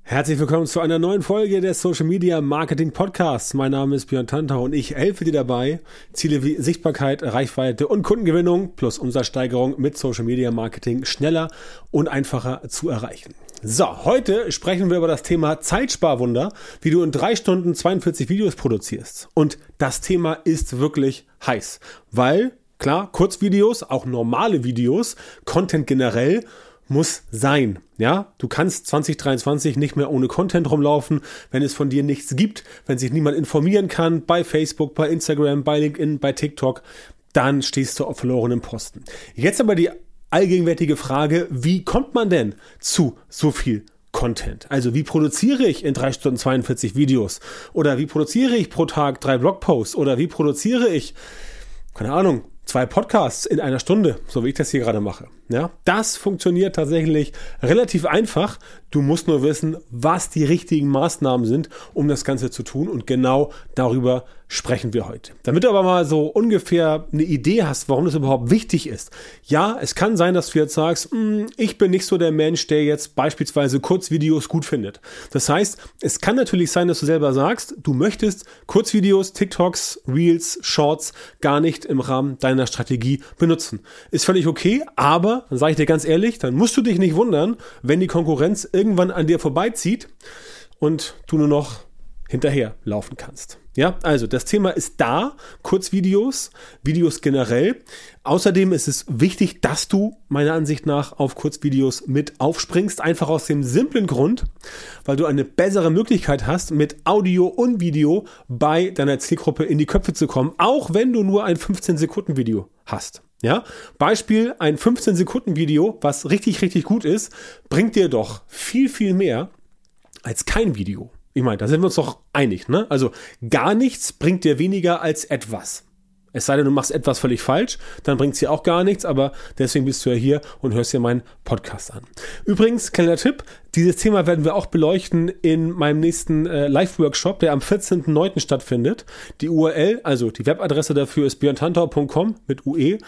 Herzlich willkommen zu einer neuen Folge des Social Media Marketing Podcasts. Mein Name ist Björn Tantau und ich helfe dir dabei, Ziele wie Sichtbarkeit, Reichweite und Kundengewinnung plus Umsatzsteigerung mit Social Media Marketing schneller und einfacher zu erreichen. So, heute sprechen wir über das Thema Zeitsparwunder, wie du in 3 Stunden 42 Videos produzierst. Und das Thema ist wirklich heiß, weil, klar, Kurzvideos, auch normale Videos, Content generell, muss sein, ja, du kannst 2023 nicht mehr ohne Content rumlaufen, wenn es von dir nichts gibt, wenn sich niemand informieren kann, bei Facebook, bei Instagram, bei LinkedIn, bei TikTok, dann stehst du auf verlorenem Posten. Jetzt aber die allgegenwärtige Frage, wie kommt man denn zu so viel Content? Also wie produziere ich in 3 Stunden 42 Videos? Oder wie produziere ich pro Tag 3 Blogposts? Oder wie produziere ich, keine Ahnung, 2 Podcasts in 1 Stunde, so wie ich das hier gerade mache. Ja, das funktioniert tatsächlich relativ einfach. Du musst nur wissen, was die richtigen Maßnahmen sind, um das Ganze zu tun. Und genau darüber sprechen wir heute. Damit du aber mal so ungefähr eine Idee hast, warum das überhaupt wichtig ist. Ja, es kann sein, dass du jetzt sagst, ich bin nicht so der Mensch, der jetzt beispielsweise Kurzvideos gut findet. Das heißt, es kann natürlich sein, dass du selber sagst, du möchtest Kurzvideos, TikToks, Reels, Shorts gar nicht im Rahmen deiner Strategie benutzen. Ist völlig okay, aber, dann sage ich dir ganz ehrlich, dann musst du dich nicht wundern, wenn die Konkurrenz irgendwann an dir vorbeizieht und du nur noch hinterher laufen kannst. Ja, also das Thema ist da, Kurzvideos, Videos generell. Außerdem ist es wichtig, dass du meiner Ansicht nach auf Kurzvideos mit aufspringst, einfach aus dem simplen Grund, weil du eine bessere Möglichkeit hast, mit Audio und Video bei deiner Zielgruppe in die Köpfe zu kommen, auch wenn du nur ein 15-Sekunden-Video hast. Ja, Beispiel, ein 15-Sekunden-Video, was richtig, richtig gut ist, bringt dir doch viel, viel mehr als kein Video. Ich meine, da sind wir uns doch einig, ne? Also gar nichts bringt dir weniger als etwas. Es sei denn, du machst etwas völlig falsch, dann bringt es dir auch gar nichts, aber deswegen bist du ja hier und hörst dir meinen Podcast an. Übrigens, kleiner Tipp, dieses Thema werden wir auch beleuchten in meinem nächsten Live-Workshop, der am 14.09. stattfindet. Die URL, also die Webadresse dafür ist björntantau.com mit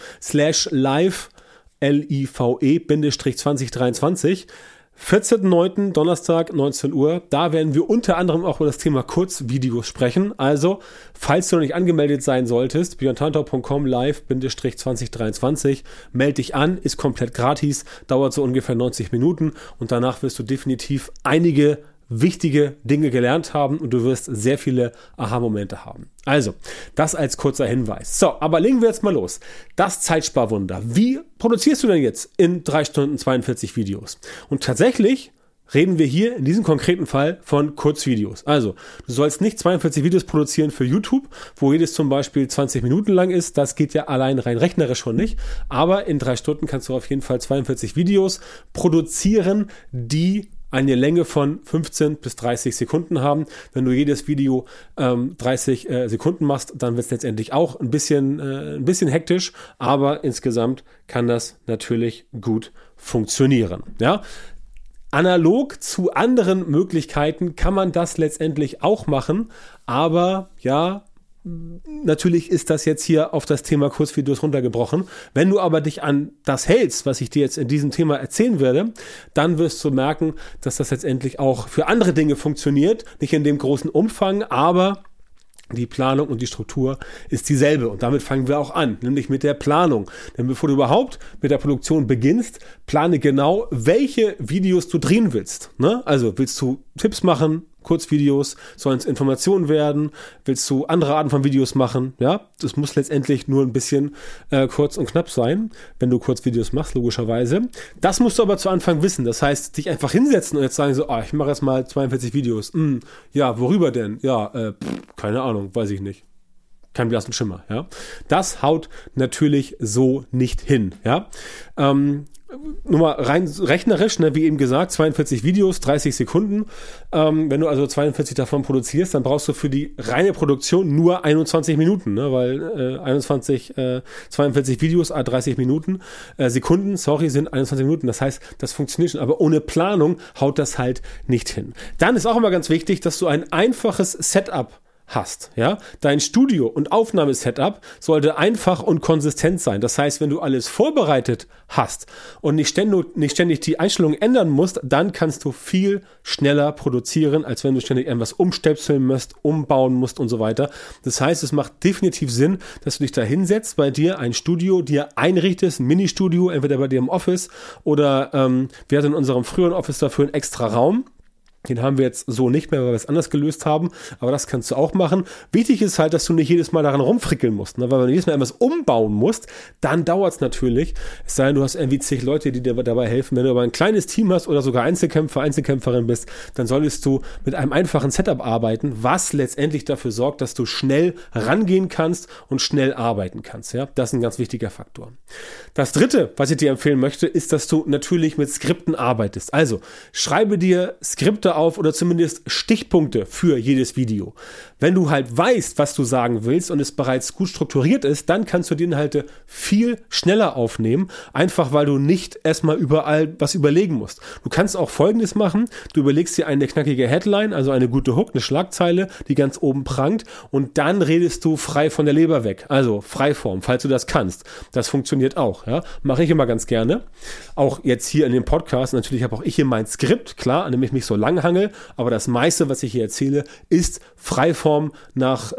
UE/live, LIVE-2023. 14.09. Donnerstag, 19 Uhr. Da werden wir unter anderem auch über das Thema Kurzvideos sprechen. Also, falls du noch nicht angemeldet sein solltest, björntantau.com live-2023, melde dich an, ist komplett gratis, dauert so ungefähr 90 Minuten und danach wirst du definitiv einige wichtige Dinge gelernt haben und du wirst sehr viele Aha-Momente haben. Also, das als kurzer Hinweis. So, aber legen wir jetzt mal los. Das Zeitsparwunder. Wie produzierst du denn jetzt in 3 Stunden 42 Videos? Und tatsächlich reden wir hier in diesem konkreten Fall von Kurzvideos. Also, du sollst nicht 42 Videos produzieren für YouTube, wo jedes zum Beispiel 20 Minuten lang ist. Das geht ja allein rein rechnerisch schon nicht. Aber in 3 Stunden kannst du auf jeden Fall 42 Videos produzieren, die eine Länge von 15 bis 30 Sekunden haben. Wenn du jedes Video 30 Sekunden machst, dann wird es letztendlich auch ein bisschen hektisch, aber insgesamt kann das natürlich gut funktionieren. Ja? Analog zu anderen Möglichkeiten kann man das letztendlich auch machen, aber ja, natürlich ist das jetzt hier auf das Thema Kurzvideos runtergebrochen. Wenn du aber dich an das hältst, was ich dir jetzt in diesem Thema erzählen werde, dann wirst du merken, dass das letztendlich auch für andere Dinge funktioniert. Nicht in dem großen Umfang, aber die Planung und die Struktur ist dieselbe. Und damit fangen wir auch an, nämlich mit der Planung. Denn bevor du überhaupt mit der Produktion beginnst, plane genau, welche Videos du drehen willst. Ne? Also willst du Tipps machen, Kurzvideos, sollen es Informationen werden, willst du andere Arten von Videos machen, ja, das muss letztendlich nur ein bisschen kurz und knapp sein, wenn du Kurzvideos machst, logischerweise. Das musst du aber zu Anfang wissen, das heißt, dich einfach hinsetzen und jetzt sagen so, ich mache jetzt mal 42 Videos, ja, worüber denn? Ja, keine Ahnung, weiß ich nicht. Kein blassen Schimmer, ja. Das haut natürlich so nicht hin, ja. Nur mal rein rechnerisch, ne, wie eben gesagt, 42 Videos, 30 Sekunden. Wenn du also 42 davon produzierst, dann brauchst du für die reine Produktion nur 21 Minuten, ne, weil 42 Videos, 30 Minuten, Sekunden, sind 21 Minuten. Das heißt, das funktioniert schon, aber ohne Planung haut das halt nicht hin. Dann ist auch immer ganz wichtig, dass du ein einfaches Setup hast. Ja? Dein Studio- und Aufnahmesetup sollte einfach und konsistent sein. Das heißt, wenn du alles vorbereitet hast und nicht ständig die Einstellungen ändern musst, dann kannst du viel schneller produzieren, als wenn du ständig irgendwas umstöpseln musst, umbauen musst und so weiter. Das heißt, es macht definitiv Sinn, dass du dich da hinsetzt, bei dir ein Studio dir einrichtest, ein Ministudio, entweder bei dir im Office oder wir hatten in unserem früheren Office dafür einen extra Raum. Den haben wir jetzt so nicht mehr, weil wir es anders gelöst haben. Aber das kannst du auch machen. Wichtig ist halt, dass du nicht jedes Mal daran rumfrickeln musst. Ne? Weil wenn du jedes Mal etwas umbauen musst, dann dauert es natürlich. Es sei denn, du hast irgendwie zig Leute, die dir dabei helfen. Wenn du aber ein kleines Team hast oder sogar Einzelkämpferin bist, dann solltest du mit einem einfachen Setup arbeiten, was letztendlich dafür sorgt, dass du schnell rangehen kannst und schnell arbeiten kannst. Ja? Das ist ein ganz wichtiger Faktor. Das dritte, was ich dir empfehlen möchte, ist, dass du natürlich mit Skripten arbeitest. Also, schreibe dir Skripte auf oder zumindest Stichpunkte für jedes Video. Wenn du halt weißt, was du sagen willst und es bereits gut strukturiert ist, dann kannst du die Inhalte viel schneller aufnehmen, einfach weil du nicht erstmal überall was überlegen musst. Du kannst auch Folgendes machen, du überlegst dir eine knackige Headline, also eine gute Hook, eine Schlagzeile, die ganz oben prangt und dann redest du frei von der Leber weg, also Freiform, falls du das kannst. Das funktioniert auch, ja, mache ich immer ganz gerne. Auch jetzt hier in dem Podcast, natürlich habe auch ich hier mein Skript, klar, an dem ich mich so lang hangel, aber das meiste, was ich hier erzähle, ist Freiform nach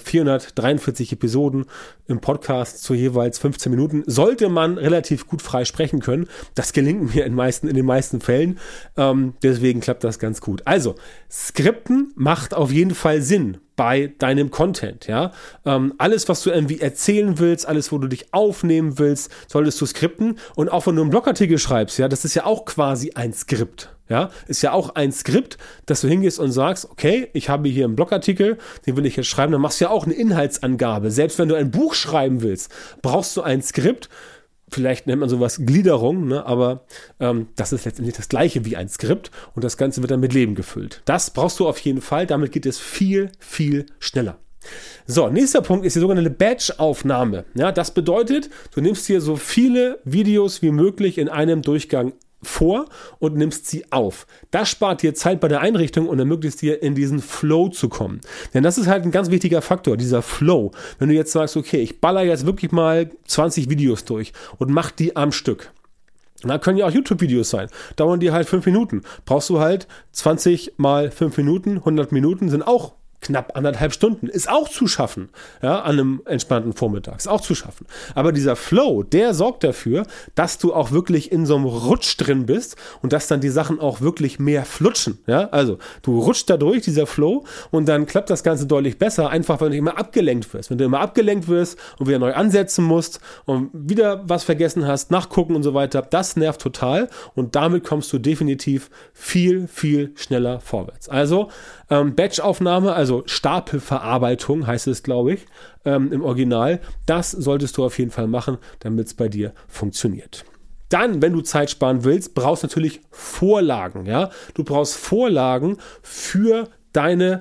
443 Episoden im Podcast zu jeweils 15 Minuten. Sollte man relativ gut frei sprechen können. Das gelingt mir in den meisten Fällen. Deswegen klappt das ganz gut. Also, Skripten macht auf jeden Fall Sinn bei deinem Content, ja. Alles, was du irgendwie erzählen willst, alles, wo du dich aufnehmen willst, solltest du skripten. Und auch wenn du einen Blogartikel schreibst, ja, das ist ja auch quasi ein Skript. Ja, ist ja auch ein Skript, dass du hingehst und sagst, okay, ich habe hier einen Blogartikel, den will ich jetzt schreiben, dann machst du ja auch eine Inhaltsangabe. Selbst wenn du ein Buch schreiben willst, brauchst du ein Skript. Vielleicht nennt man sowas Gliederung, ne? Aber das ist letztendlich das Gleiche wie ein Skript und das Ganze wird dann mit Leben gefüllt. Das brauchst du auf jeden Fall, damit geht es viel, viel schneller. So, nächster Punkt ist die sogenannte Batch-Aufnahme. Ja, das bedeutet, du nimmst hier so viele Videos wie möglich in einem Durchgang vor und nimmst sie auf. Das spart dir Zeit bei der Einrichtung und ermöglicht dir, in diesen Flow zu kommen. Denn das ist halt ein ganz wichtiger Faktor, dieser Flow. Wenn du jetzt sagst, okay, ich baller jetzt wirklich mal 20 Videos durch und mach die am Stück. Da können ja auch YouTube-Videos sein. Dauern die halt 5 Minuten. Brauchst du halt 20 mal 5 Minuten, 100 Minuten sind auch knapp 1,5 Stunden. Ist auch zu schaffen, ja, an einem entspannten Vormittag. Ist auch zu schaffen. Aber dieser Flow, der sorgt dafür, dass du auch wirklich in so einem Rutsch drin bist und dass dann die Sachen auch wirklich mehr flutschen. Ja, also du rutschst da durch, dieser Flow, und dann klappt das Ganze deutlich besser, einfach weil du immer abgelenkt wirst. Wenn du immer abgelenkt wirst und wieder neu ansetzen musst und wieder was vergessen hast, nachgucken und so weiter, das nervt total und damit kommst du definitiv viel, viel schneller vorwärts. Also Batch-Aufnahme, also Stapelverarbeitung heißt es, glaube ich, im Original. Das solltest du auf jeden Fall machen, damit es bei dir funktioniert. Dann, wenn du Zeit sparen willst, brauchst du natürlich Vorlagen. Ja? Du brauchst Vorlagen für deinen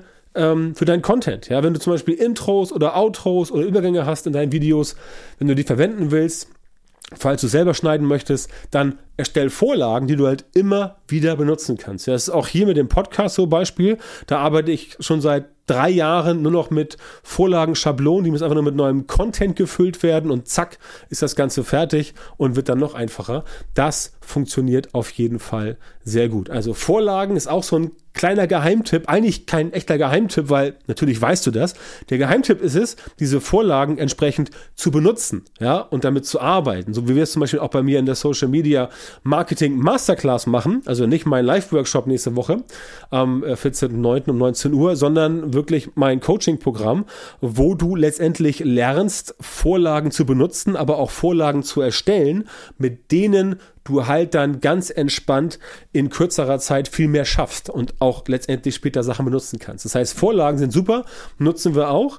Content. Ja? Wenn du zum Beispiel Intros oder Outros oder Übergänge hast in deinen Videos, wenn du die verwenden willst, falls du selber schneiden möchtest, dann erstell Vorlagen, die du halt immer wieder benutzen kannst. Ja, das ist auch hier mit dem Podcast so Beispiel. Da arbeite ich schon seit 3 Jahren nur noch mit Vorlagen, Schablonen, die müssen einfach nur mit neuem Content gefüllt werden und zack, ist das Ganze fertig und wird dann noch einfacher. Das funktioniert auf jeden Fall sehr gut. Also Vorlagen ist auch so ein kleiner Geheimtipp, eigentlich kein echter Geheimtipp, weil natürlich weißt du das. Der Geheimtipp ist es, diese Vorlagen entsprechend zu benutzen, ja, und damit zu arbeiten. So wie wir es zum Beispiel auch bei mir in der Social Media Marketing Masterclass machen, also nicht mein Live-Workshop nächste Woche am 14.09. um 19 Uhr, sondern wirklich mein Coaching-Programm, wo du letztendlich lernst, Vorlagen zu benutzen, aber auch Vorlagen zu erstellen, mit denen du halt dann ganz entspannt in kürzerer Zeit viel mehr schaffst und auch letztendlich später Sachen benutzen kannst. Das heißt, Vorlagen sind super, nutzen wir auch,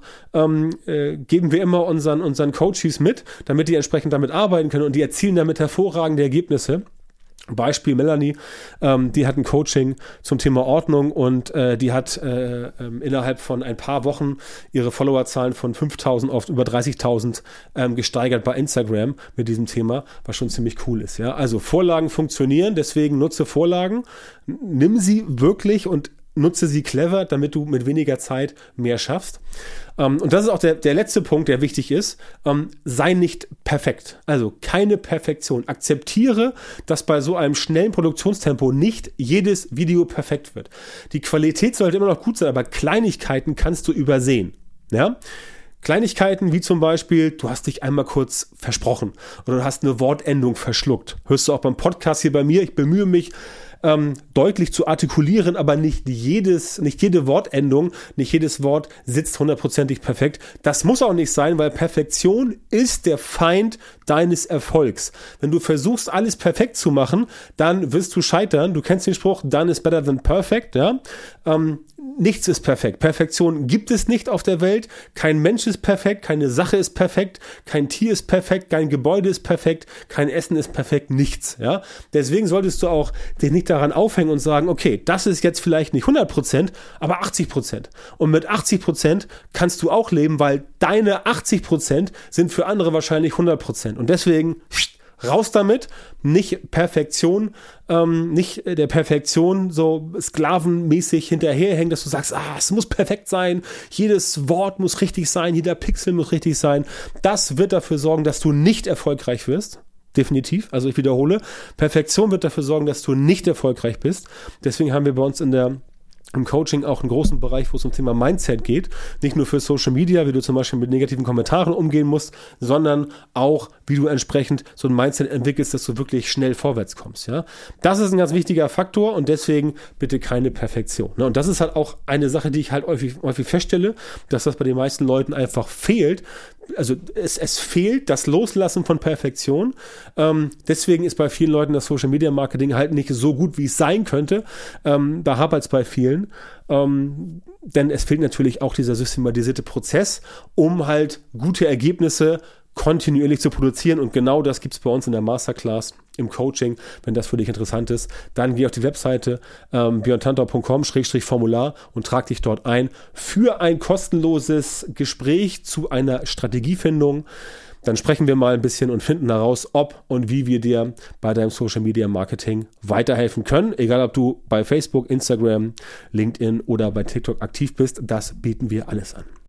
geben wir immer unseren Coaches mit, damit die entsprechend damit arbeiten können und die erzielen damit hervorragende Ergebnisse. Beispiel Melanie, die hat ein Coaching zum Thema Ordnung und die hat innerhalb von ein paar Wochen ihre Followerzahlen von 5.000 auf über 30.000 gesteigert bei Instagram mit diesem Thema, was schon ziemlich cool ist. Ja? Also Vorlagen funktionieren, deswegen nutze Vorlagen, nimm sie wirklich und nutze sie clever, damit du mit weniger Zeit mehr schaffst. Und das ist auch der letzte Punkt, der wichtig ist. Sei nicht perfekt. Also keine Perfektion. Akzeptiere, dass bei so einem schnellen Produktionstempo nicht jedes Video perfekt wird. Die Qualität sollte immer noch gut sein, aber Kleinigkeiten kannst du übersehen. Ja? Kleinigkeiten wie zum Beispiel, du hast dich einmal kurz versprochen oder du hast eine Wortendung verschluckt. Hörst du auch beim Podcast hier bei mir, ich bemühe mich, deutlich zu artikulieren, aber nicht jede Wortendung, nicht jedes Wort sitzt hundertprozentig perfekt. Das muss auch nicht sein, weil Perfektion ist der Feind deines Erfolgs. Wenn du versuchst, alles perfekt zu machen, dann wirst du scheitern. Du kennst den Spruch, done is better than perfect, ja? Nichts ist perfekt. Perfektion gibt es nicht auf der Welt. Kein Mensch ist perfekt, keine Sache ist perfekt, kein Tier ist perfekt, kein Gebäude ist perfekt, kein Essen ist perfekt, nichts. Ja? Deswegen solltest du auch dich nicht daran aufhängen und sagen, okay, das ist jetzt vielleicht nicht 100%, aber 80%. Und mit 80% kannst du auch leben, weil deine 80% sind für andere wahrscheinlich 100%. Und deswegen raus damit, nicht Perfektion, nicht der Perfektion so sklavenmäßig hinterherhängen, dass du sagst, es muss perfekt sein, jedes Wort muss richtig sein, jeder Pixel muss richtig sein. Das wird dafür sorgen, dass du nicht erfolgreich wirst. Definitiv. Also ich wiederhole, Perfektion wird dafür sorgen, dass du nicht erfolgreich bist. Deswegen haben wir bei uns im Coaching auch einen großen Bereich, wo es um Thema Mindset geht. Nicht nur für Social Media, wie du zum Beispiel mit negativen Kommentaren umgehen musst, sondern auch, wie du entsprechend so ein Mindset entwickelst, dass du wirklich schnell vorwärts kommst. Ja? Das ist ein ganz wichtiger Faktor und deswegen bitte keine Perfektion. Ne? Und das ist halt auch eine Sache, die ich halt häufig feststelle, dass das bei den meisten Leuten einfach fehlt. Also es fehlt das Loslassen von Perfektion. Deswegen ist bei vielen Leuten das Social Media Marketing halt nicht so gut, wie es sein könnte. Da hapert es bei vielen. Denn es fehlt natürlich auch dieser systematisierte Prozess, um halt gute Ergebnisse kontinuierlich zu produzieren. Und genau das gibt es bei uns in der Masterclass im Coaching. Wenn das für dich interessant ist, dann geh auf die Webseite björntantau.com/Formular und trag dich dort ein für ein kostenloses Gespräch zu einer Strategiefindung. Dann sprechen wir mal ein bisschen und finden heraus, ob und wie wir dir bei deinem Social Media Marketing weiterhelfen können. Egal, ob du bei Facebook, Instagram, LinkedIn oder bei TikTok aktiv bist, das bieten wir alles an.